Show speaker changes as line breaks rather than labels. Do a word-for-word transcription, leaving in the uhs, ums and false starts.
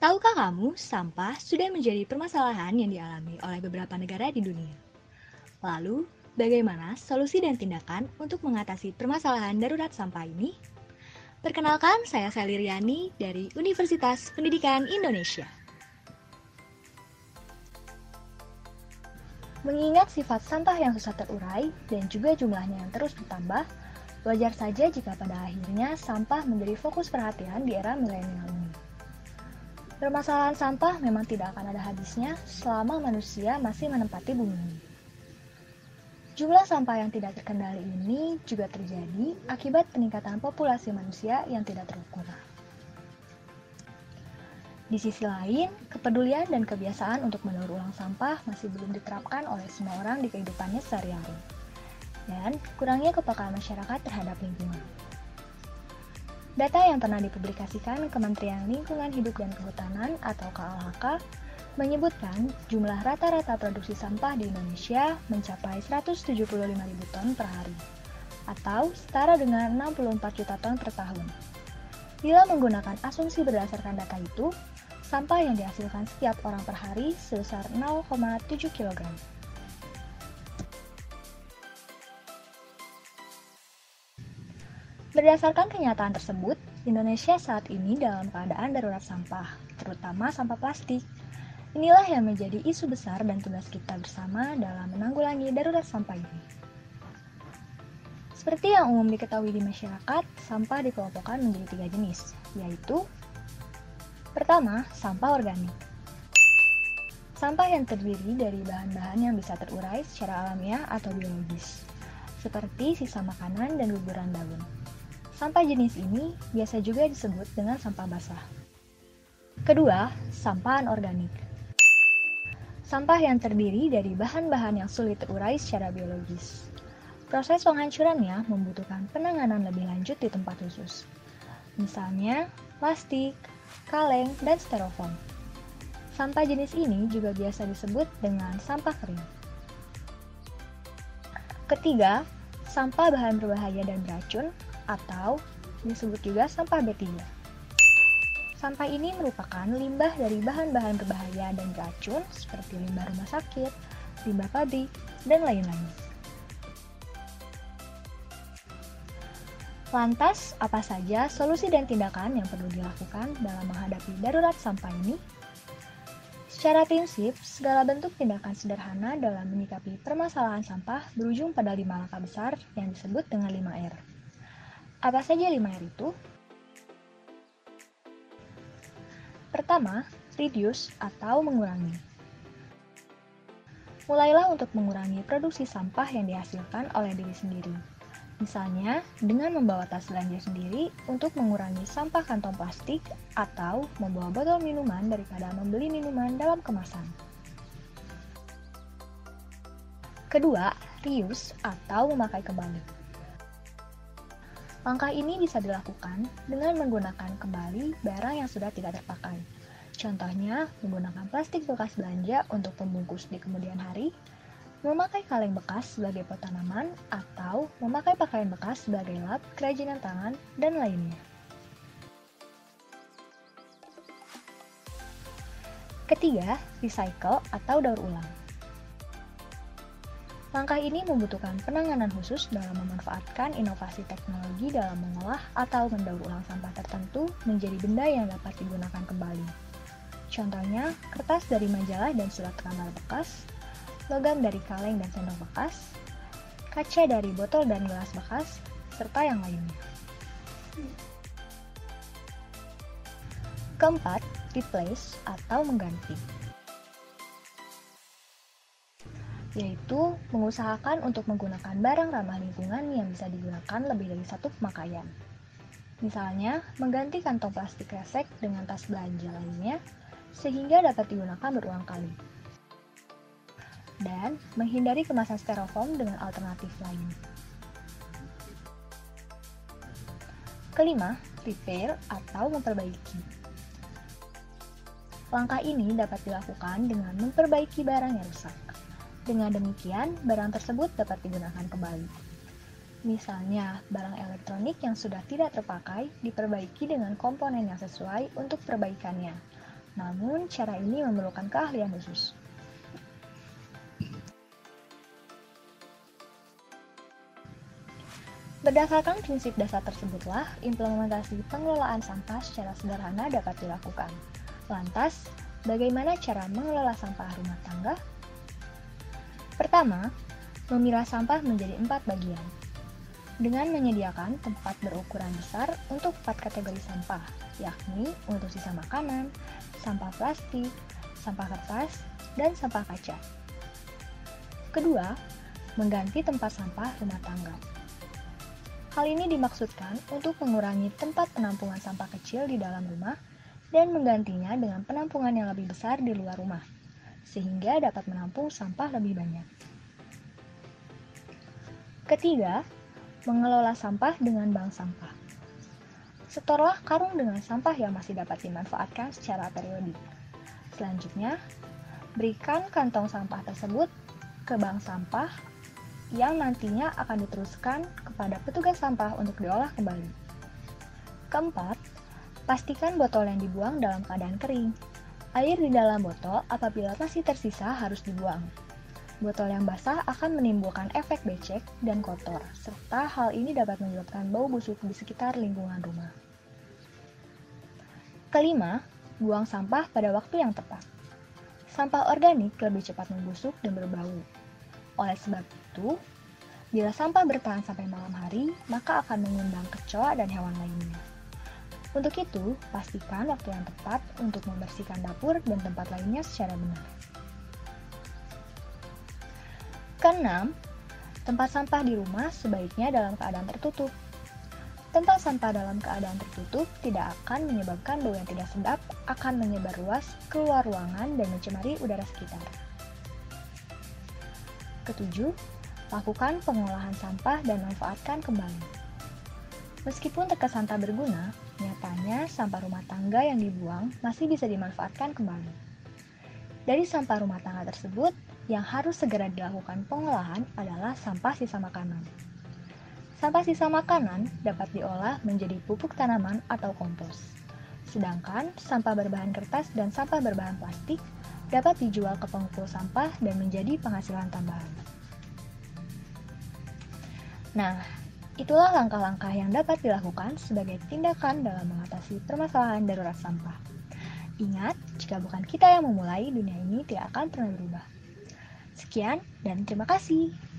Tahukah kamu, sampah sudah menjadi permasalahan yang dialami oleh beberapa negara di dunia. Lalu, bagaimana solusi dan tindakan untuk mengatasi permasalahan darurat sampah ini? Perkenalkan, saya Sally Riani dari Universitas Pendidikan Indonesia. Mengingat sifat sampah yang susah terurai dan juga jumlahnya yang terus bertambah, wajar saja jika pada akhirnya sampah menjadi fokus perhatian di era milenial ini. Permasalahan sampah memang tidak akan ada habisnya selama manusia masih menempati bumi ini. Jumlah sampah yang tidak terkendali ini juga terjadi akibat peningkatan populasi manusia yang tidak terukur. Di sisi lain, kepedulian dan kebiasaan untuk mendaur ulang sampah masih belum diterapkan oleh semua orang di kehidupannya sehari-hari. Dan kurangnya kepekaan masyarakat terhadap lingkungan. Data yang pernah dipublikasikan Kementerian Lingkungan Hidup dan Kehutanan atau K L H K menyebutkan jumlah rata-rata produksi sampah di Indonesia mencapai seratus tujuh puluh lima ribu ton per hari, atau setara dengan enam puluh empat juta ton per tahun. Bila menggunakan asumsi berdasarkan data itu, sampah yang dihasilkan setiap orang per hari sebesar nol koma tujuh kilogram. Berdasarkan kenyataan tersebut, Indonesia saat ini dalam keadaan darurat sampah, terutama sampah plastik. Inilah yang menjadi isu besar dan tugas kita bersama dalam menanggulangi darurat sampah ini. Seperti yang umum diketahui di masyarakat, sampah dikelompokkan menjadi tiga jenis, yaitu pertama, sampah organik. Sampah yang terdiri dari bahan-bahan yang bisa terurai secara alamiah atau biologis, seperti sisa makanan dan guguran daun. Sampah jenis ini biasa juga disebut dengan sampah basah. Kedua, sampah anorganik. Sampah yang terdiri dari bahan-bahan yang sulit terurai secara biologis. Proses penghancurannya membutuhkan penanganan lebih lanjut di tempat khusus. Misalnya, plastik, kaleng, dan styrofoam. Sampah jenis ini juga biasa disebut dengan sampah kering. Ketiga, sampah bahan berbahaya dan beracun, atau disebut juga sampah B tiga. Sampah ini merupakan limbah dari bahan-bahan berbahaya dan beracun seperti limbah rumah sakit, limbah pabrik, dan lain-lain. Lantas, apa saja solusi dan tindakan yang perlu dilakukan dalam menghadapi darurat sampah ini? Secara prinsip, segala bentuk tindakan sederhana dalam menyikapi permasalahan sampah berujung pada lima langkah besar yang disebut dengan lima R. Apa saja lima R itu? Pertama, reduce atau mengurangi. Mulailah untuk mengurangi produksi sampah yang dihasilkan oleh diri sendiri. Misalnya, dengan membawa tas belanja sendiri untuk mengurangi sampah kantong plastik atau membawa botol minuman daripada membeli minuman dalam kemasan. Kedua, reuse atau memakai kembali. Langkah ini bisa dilakukan dengan menggunakan kembali barang yang sudah tidak terpakai. Contohnya, menggunakan plastik bekas belanja untuk pembungkus di kemudian hari, memakai kaleng bekas sebagai pot tanaman, atau memakai pakaian bekas sebagai lap, kerajinan tangan, dan lainnya. Ketiga, recycle atau daur ulang. Langkah ini membutuhkan penanganan khusus dalam memanfaatkan inovasi teknologi dalam mengolah atau mendaur ulang sampah tertentu menjadi benda yang dapat digunakan kembali. Contohnya, kertas dari majalah dan surat kabar bekas, logam dari kaleng dan sendok bekas, kaca dari botol dan gelas bekas, serta yang lainnya. Keempat, replace atau mengganti. Yaitu mengusahakan untuk menggunakan barang ramah lingkungan yang bisa digunakan lebih dari satu pemakaian. Misalnya, mengganti kantong plastik kresek dengan tas belanja lainnya, sehingga dapat digunakan berulang kali. Dan menghindari kemasan styrofoam dengan alternatif lain. Kelima, repair atau memperbaiki. Langkah ini dapat dilakukan dengan memperbaiki barang yang rusak. Dengan demikian, barang tersebut dapat digunakan kembali. Misalnya, barang elektronik yang sudah tidak terpakai diperbaiki dengan komponen yang sesuai untuk perbaikannya, Namun, cara ini memerlukan keahlian khusus. Berdasarkan prinsip dasar tersebutlah, implementasi pengelolaan sampah secara sederhana dapat dilakukan. Lantas, bagaimana cara mengelola sampah rumah tangga? Pertama, memilah sampah menjadi empat bagian. Dengan menyediakan tempat berukuran besar untuk empat kategori sampah, yakni untuk sisa makanan, sampah plastik, sampah kertas, dan sampah kaca. Kedua, mengganti tempat sampah rumah tangga. Hal ini dimaksudkan untuk mengurangi tempat penampungan sampah kecil di dalam rumah dan menggantinya dengan penampungan yang lebih besar di luar rumah, sehingga dapat menampung sampah lebih banyak. Ketiga, mengelola sampah dengan bank sampah. Setorlah karung dengan sampah yang masih dapat dimanfaatkan secara periodik. Selanjutnya, berikan kantong sampah tersebut ke bank sampah yang nantinya akan diteruskan kepada petugas sampah untuk diolah kembali. Keempat, pastikan botol yang dibuang dalam keadaan kering. Air di dalam botol apabila masih tersisa harus dibuang. Botol yang basah akan menimbulkan efek becek dan kotor, serta hal ini dapat menyebabkan bau busuk di sekitar lingkungan rumah. Kelima, buang sampah pada waktu yang tepat. Sampah organik lebih cepat membusuk dan berbau. Oleh sebab itu, bila sampah bertahan sampai malam hari, maka akan mengundang kecoa dan hewan lainnya. Untuk itu, pastikan waktu yang tepat untuk membersihkan dapur dan tempat lainnya secara benar. Keenam, tempat sampah di rumah sebaiknya dalam keadaan tertutup. Tempat sampah dalam keadaan tertutup tidak akan menyebabkan bau yang tidak sedap, akan menyebar luas keluar ruangan dan mencemari udara sekitar. Ketujuh, lakukan pengolahan sampah dan manfaatkan kembali. Meskipun terkesan tak berguna, nyatanya sampah rumah tangga yang dibuang masih bisa dimanfaatkan kembali. Dari sampah rumah tangga tersebut, yang harus segera dilakukan pengolahan adalah sampah sisa makanan. Sampah sisa makanan dapat diolah menjadi pupuk tanaman atau kompos. Sedangkan sampah berbahan kertas dan sampah berbahan plastik dapat dijual ke pengumpul sampah dan menjadi penghasilan tambahan. Nah, itulah langkah-langkah yang dapat dilakukan sebagai tindakan dalam mengatasi permasalahan darurat sampah. Ingat, jika bukan kita yang memulai, dunia ini tidak akan pernah berubah. Sekian, dan terima kasih.